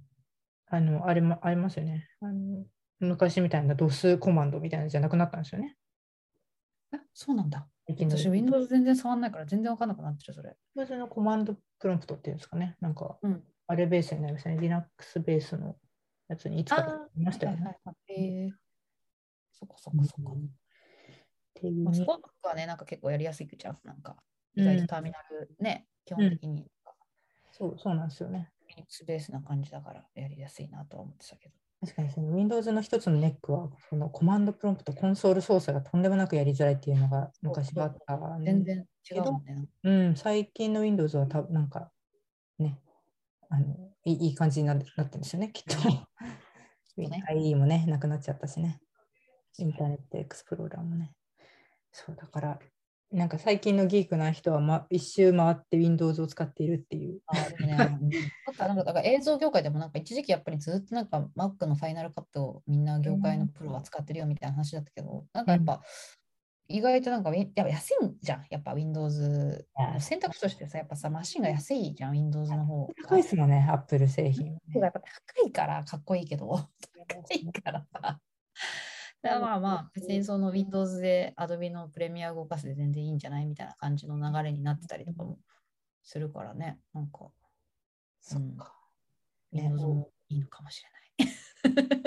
S1: ありますよね。昔みたいな DOS コマンドみたいなのじゃなくなったんですよね。
S2: そうなんだ。
S1: 最近の
S2: 私、Windows 全然触んないから全然わかんなくなってる、それ。
S1: Windows のコマンドプロンプトっていうんですかね。なんか、
S2: うん。
S1: あれベースになりますね。Linux ベースのやつにいつ
S2: ああ、
S1: かと言いま
S2: はい
S1: したよね。
S2: はいはいはい。そっかそっ
S1: うん、
S2: かそっか。
S1: っていう
S2: まあ、ス
S1: に。
S2: ポーツはね、なんか結構やりやすいじゃん。なんか、
S1: うん。
S2: 意外とターミナルね、基
S1: うん。
S2: 本的に
S1: そうなんですよね。
S2: Linux ベースな感じだからやりやすいなとは思ってたけど。
S1: 確かにその Windows の一つのネックは、そのコマンドプロンプト、コンソール操作がとんでもなくやりづらいっていうのが
S2: そうそう、
S1: 昔はあったんで
S2: 全然違
S1: すけど、
S2: うもんね。
S1: うん、最近の Windows はなんかね、いい感じになってるんですよね、きっと。
S2: とね。
S1: IE もね、なくなっちゃったしね。インターネットエクスプローラーもね。そうだから、なんか最近のギークな人は、一周回って Windows を使っているっていう。
S2: あ、でもね、なんか映像業界でもなんか一時期やっぱりずっとなんか Mac のファイナルカットをみんな業界のプロは使ってるよみたいな話だったけど、なん
S1: うん。
S2: かやっぱ意外となんかやっぱ安いじゃん。やっぱ Windows
S1: いや、
S2: の選択肢としてさ、やっぱさ、マシンが安いじゃん、Windows の方
S1: 高い
S2: が。
S1: ですもんね、Apple 製品はね。
S2: やっぱ高いからかっこいいけど、高いからさ。だからまあまあ、別にその Windows で Adobe のプレミア動かすで全然いいんじゃないみたいな感じの流れになってたりとかもするからね。なんか、うん、
S1: そっか。ね、
S2: Windows もいいのかもしれない。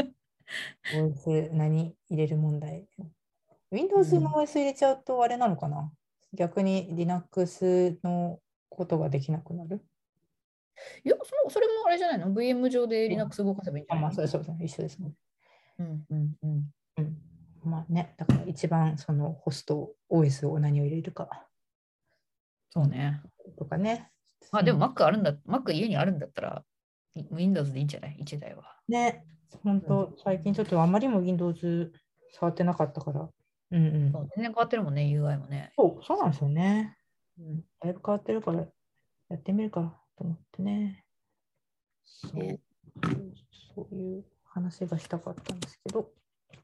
S1: OS 何入れる問題。Windows の
S2: うん、
S1: OS 入れちゃうとあれなのかな、逆に Linux のことができなくなる。
S2: いや、それもあれじゃないの？ VM 上で
S1: うん。
S2: Linux 動かせばいいんじゃ
S1: あ、まあ、
S2: ないの？
S1: そうですね。一緒ですね。
S2: うんうんうん。
S1: うん。まあね、だから一番そのホスト OS を何を入れるか。うん。
S2: そうね。
S1: とかね。
S2: まあでも Mac あるんだ、Mac 家にあるんだったら Windows でいいんじゃない？ 1 台は。
S1: ね、本
S2: うん。
S1: 当、最近ちょっとあまりにも Windows 触ってなかったから。うんうん。
S2: そう、全然変わってるもんね、UI もね。
S1: そうなんですよね。
S2: うん。
S1: だいぶ変わってるから、やってみるかと思ってね。そう、
S2: ね。
S1: そういう話がしたかったんですけど。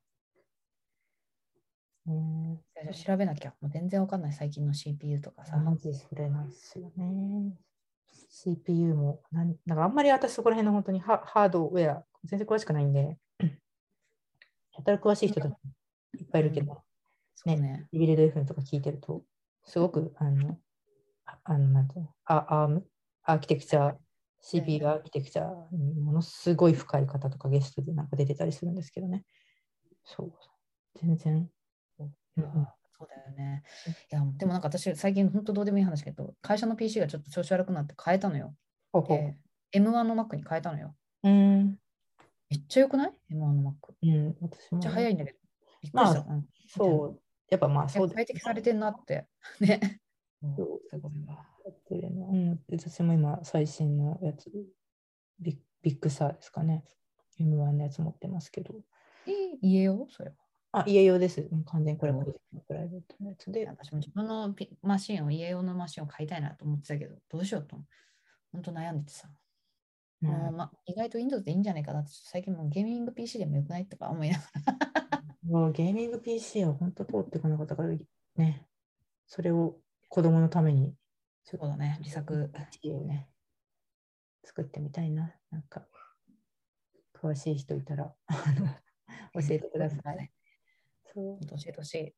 S2: じゃあ調べなきゃ。もう全然わかんない、最近の CPU とかさ。
S1: マジそれなんですよね。CPU もなんかあんまり私そこら辺の本当にハードウェア、全然詳しくないんで、やたら詳しい人たちいっぱいい
S2: うん。
S1: るけど、ね、
S2: そうね。
S1: ビビルド FM とか聞いてると、すごく、なんていうの、アーキテクチャ、CPU アーキテクチャにものすごい深い方とかゲストでなんか出てたりするんですけどね。そう、全然。うんうん。
S2: そうだよね。いや、でもなんか私、最近本当どうでもいい話だけど、会社の PC がちょっと調子悪くなって変えたのよ。
S1: ほうほ
S2: で、M1 の Mac に変えたのよ。
S1: う。
S2: めっちゃ良くない？ M1 の Mac。めっ
S1: うん、私
S2: ちゃ
S1: も、
S2: 早いんだけど。びっくりした。
S1: まあ、
S2: うん、見たの。
S1: そう、やっぱまあそうです
S2: 最適されてんなって。ね。も
S1: よ。
S2: うすごいわ。
S1: やってるの。うん、私も今、最新のやつ、ビッグサーですかね。M1 のやつ持ってますけど。
S2: 言えよ、それは。
S1: あ、家用です。完全にこれは
S2: すごい。
S1: プライベートのやつで。
S2: 私も自分のマシンを、家用のマシンを買いたいなと思ってたけど、どうしようと、本当悩んでてさ。もう、意外と Windows でいいんじゃないかなって、最近もうゲーミング PC でもよくないとか思いながら。
S1: もうゲーミング PC は本当通ってこなかったからね、それを子供のために、ちょっと
S2: そうだね、自作。
S1: PC をね、作ってみたいな。なんか、詳しい人いたら教えてください。そう。
S2: 教えてほしい。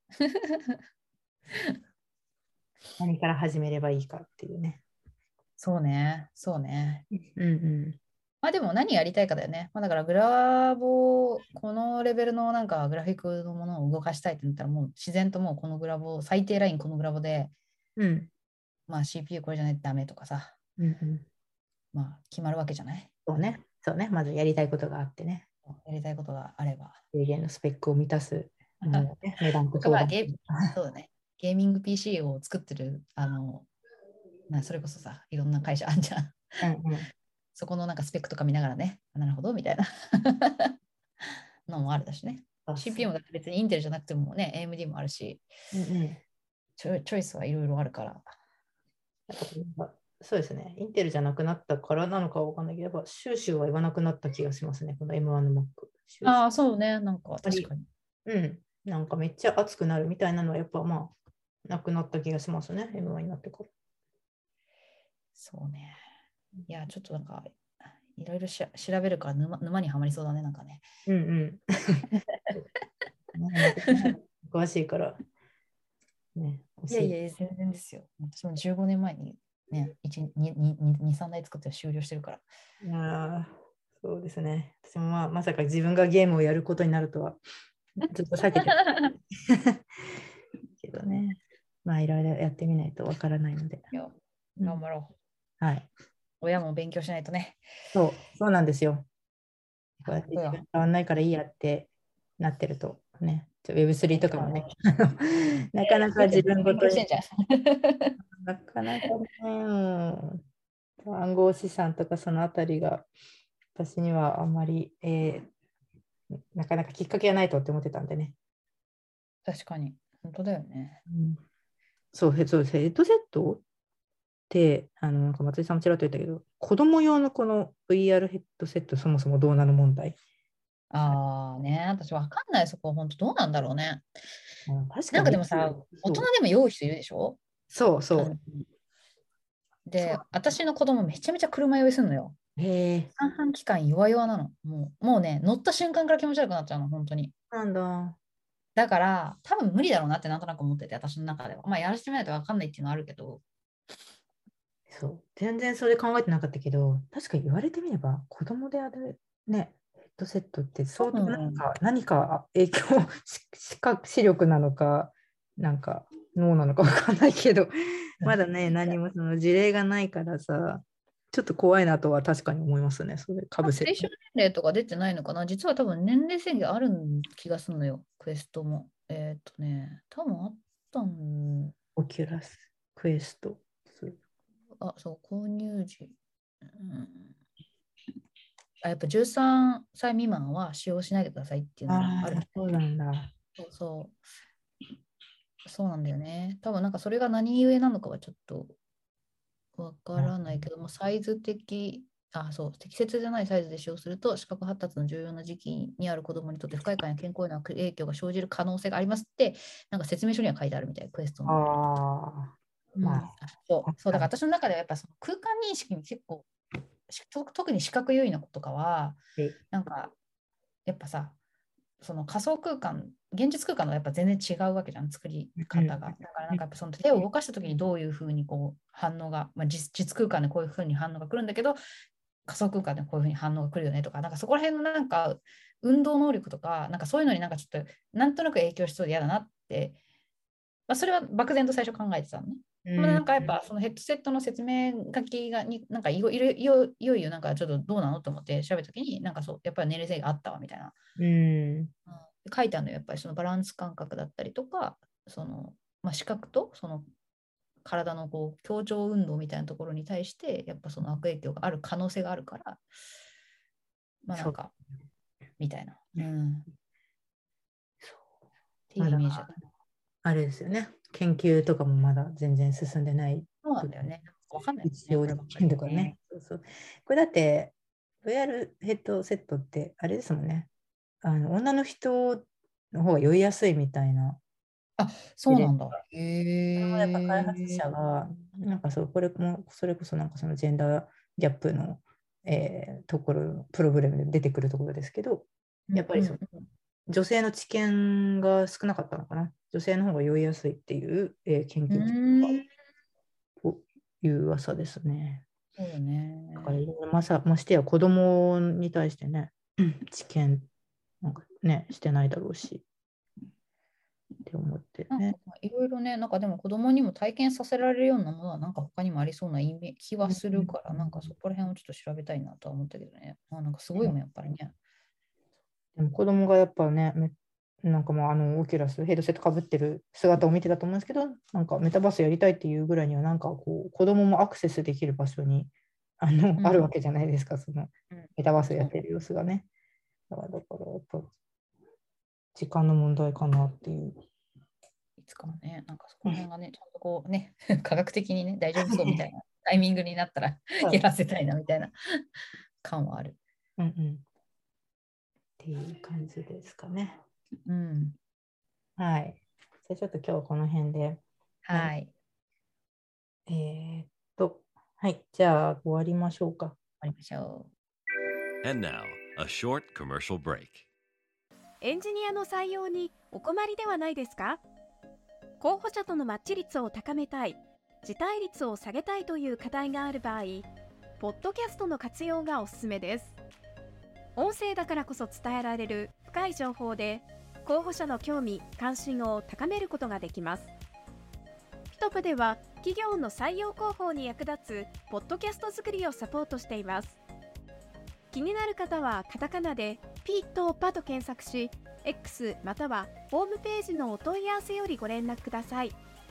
S1: 何から始めればいいかっていうね。
S2: そうね、そうね。
S1: うんう
S2: まあでも何やりたいかだよね。まあだからグラボを、このレベルのなんかグラフィックのものを動かしたいってなったらもう自然ともうこのグラボ、最低ラインこのグラボで、
S1: ん。うん。
S2: まあ CPU これじゃないとダメとかさ、
S1: うんうん。
S2: まあ決まるわけじゃない？
S1: そうね。そうね。まずやりたいことがあってね。
S2: やりたいことがあれば。
S1: 制限のスペックを満たすものをね、値段と相談。
S2: 僕はそうだね。ゲーミング PC を作ってる、それこそさ、いろんな会社あんじゃん。
S1: うんうん。
S2: そこのなんかスペックとか見ながらね、なるほどみたいなのもあるだしね。
S1: そうそ
S2: CPU もだって別にインテルじゃなくてもね、AMD もあるし、
S1: う。うんうん。
S2: チョイスはいろいろあるから。
S1: やっぱそうですね。インテルじゃなくなったからなのかは分かんないけど、やっぱシューシューは言わなくなった気がしますね。この M1 の Mac。シューシュー。
S2: ああ、そうね。なんか
S1: あり、
S2: 確かに。
S1: うん。なんかめっちゃ熱くなるみたいなのはやっぱまあ、なくなった気がしますね。M1 になってから。
S2: そうね。いや、ちょっとなんか、いろいろ調べるから沼にはまりそうだね、なんかね。
S1: うんうん。詳しいから、 ね、
S2: いやいや、全然ですよ。私も15年前にね、2、3台作って終了してるから。
S1: いやー、そうですね。私もまさか自分がゲームをやることになるとは、ずっと避けてたけどね。まあ、いろいろやってみないとわからないので。
S2: いや、
S1: うん、
S2: 頑張ろ
S1: はい。
S2: う。親も勉強しないとね。
S1: そうなんですよ。こうやって自分
S2: 本当よ。
S1: 変わんないからいいやってなってるとね、Web3 とかもね、なかなか自分ごとに、
S2: 勉強してんじゃん。
S1: なかなかね、暗号資産とかそのあたりが私にはあんまり、なかなかきっかけがないとって思ってたんでね。
S2: 確かに。本当だよね。
S1: うん、そうです。ヘッドセットって、なんか松井さんもちらっと言ったけど、子供用のこの VR ヘッドセットそもそもどうなの問題。
S2: ああね、私わかんない、そこ、本当どうなんだろうね。なんか
S1: 確かに、
S2: でもさ、大人
S1: そう、
S2: でも用意人いるでしょ。
S1: そうそ
S2: あの
S1: う。
S2: で、私の子供めちゃめちゃ車酔いするのよ。
S1: へえ、
S2: 三半規管弱々なの。もうね、乗った瞬間から気持ち悪くなっちゃうの、本当に。
S1: なんだ。
S2: だから、多分無理だろうなってなんとなく思ってて、私の中では。まあ、やらせてみないと分かんないっていうのはあるけど、
S1: そう。全然それ考えてなかったけど、確かに言われてみれば、子供であるね、ヘッドセットって相当
S2: うん、
S1: 何か影響、視力なのか、なんか脳なのかわかんないけど、まだね、何もその事例がないからさ、ちょっと怖いなとは確かに思いますね、それ、かぶせ。
S2: 対象年齢とか出てないのかな。実は多分年齢制限ある気がするのよ、クエストも。多分あったん。
S1: オキュラス、クエスト。
S2: あ、そう、購入時。やっぱ13歳未満は使用しないでくださいっていうのが
S1: ああ、
S2: ある。
S1: そうなんだ。
S2: そうなんだよね。多分なんかそれが何故なのかはちょっとわからないけども、サイズ的、そう、適切じゃないサイズで使用すると、視覚発達の重要な時期にある子どもにとって不快感や健康への悪影響が生じる可能性がありますって、なんか説明書には書いてあるみたい、クエスト
S1: あ
S2: の。
S1: あ、
S2: うん、
S1: まあ、
S2: そう、だから
S1: 確か
S2: 私の中ではやっぱその空間認識に結構、特に視覚優位な子とかは、
S1: に。
S2: なんかやっぱさ、その仮想空間、現実空間とはやっぱ全然違うわけじゃん、作り
S1: うん。
S2: 方が。だからなんかやっぱその手を動かした時にどういうふうにこう反応が、実空間でこういうふうに反応が来るんだけど、仮想空間でこういうふうに反応が来るよねとか、なんかそこら辺のなんか運動能力とか、なんかそういうのになんかちょっとなんとなく影響しそうで嫌だなって、それは漠然と最初考えてたのね。まあ、
S1: うん。
S2: なんかやっぱそのヘッドセットの説明書きがなんかいよいよなんかちょっとどうなのと思って調べたときになんかそうやっぱり年齢制限あったわみたいな、
S1: うん。
S2: 書いてあるのよ。やっぱりそのバランス感覚だったりとかその、視覚とその体のこう協調運動みたいなところに対してやっぱその悪影響がある可能性があるからな
S1: そう。
S2: んかみたいな、っていう
S1: まだ、
S2: イメージだった。
S1: あれですよね。研究とかもまだ全然進んでない
S2: そうなんだよね。わかんないもんね、
S1: 実証実
S2: こればっかり
S1: 験とかね。そうそう。これだって、VR ヘッドセットってあれですもんね。女の人の方が酔いやすいみたいな事例。
S2: そうなんだ。
S1: やっぱ開
S2: へ
S1: 発
S2: え。
S1: 者が、なんかそう、これも、それこそなんかそのジェンダーギャップの、ところ、プログラムで出てくるところですけど、やっぱりその女性の知見が少なかったのかな。女性の方が酔いやすいっていう、研
S2: う
S1: 究結果
S2: ん。
S1: という噂ですね。
S2: そうよ
S1: だから
S2: ね。
S1: ましてや子供に対してね、知見なんかね、してないだろうしって思ってね。
S2: なんかいろいろね、なんかでも子供にも体験させられるようなものはなんか他にもありそうな気はするから、なんかそこら辺をちょっと調べたいなとは思ったけどね。なんかすごいもん、やっぱりね。
S1: でも子供がやっぱね、なんかもうオキュラス、ヘッドセットかぶってる姿を見てたと思うんですけど、なんかメタバースやりたいっていうぐらいには、なんかこう、子供もアクセスできる場所に
S2: うん。
S1: あるわけじゃないですか、その
S2: うん。
S1: メタバースや
S2: そう。
S1: ってる様子がね。だからやっぱ時間の問題かなっていう。
S2: いつかはね、なんかそこら辺がね、ちゃんとこうね、科学的にね、大丈夫そうみたいなタイミングになったらやらせたいなみたいな感はある。
S1: うんうん。っていう感じですかね。
S2: うん。
S1: はい。じゃあちょっと今日はこの辺で。はい。
S2: はい。
S1: えーっはい。じゃあ終わりましょうか。
S2: 終わりましょう。
S3: And now, a short commercial break.
S4: エンジニアの採用にお困りではないですか？ 候補者とのマッチ率を高めたい、辞退率を下げたいという課題がある場合、ポッドキャストの活用がおすすめです。音声だからこそ伝えられる深い情報で、候補者の興味・関心を高めることができます。ピトプでは、企業の採用広報に役立つポッドキャスト作りをサポートしています。気になる方はカタカナでピとパと検索し、X またはホームページのお問い合わせよりご連絡ください。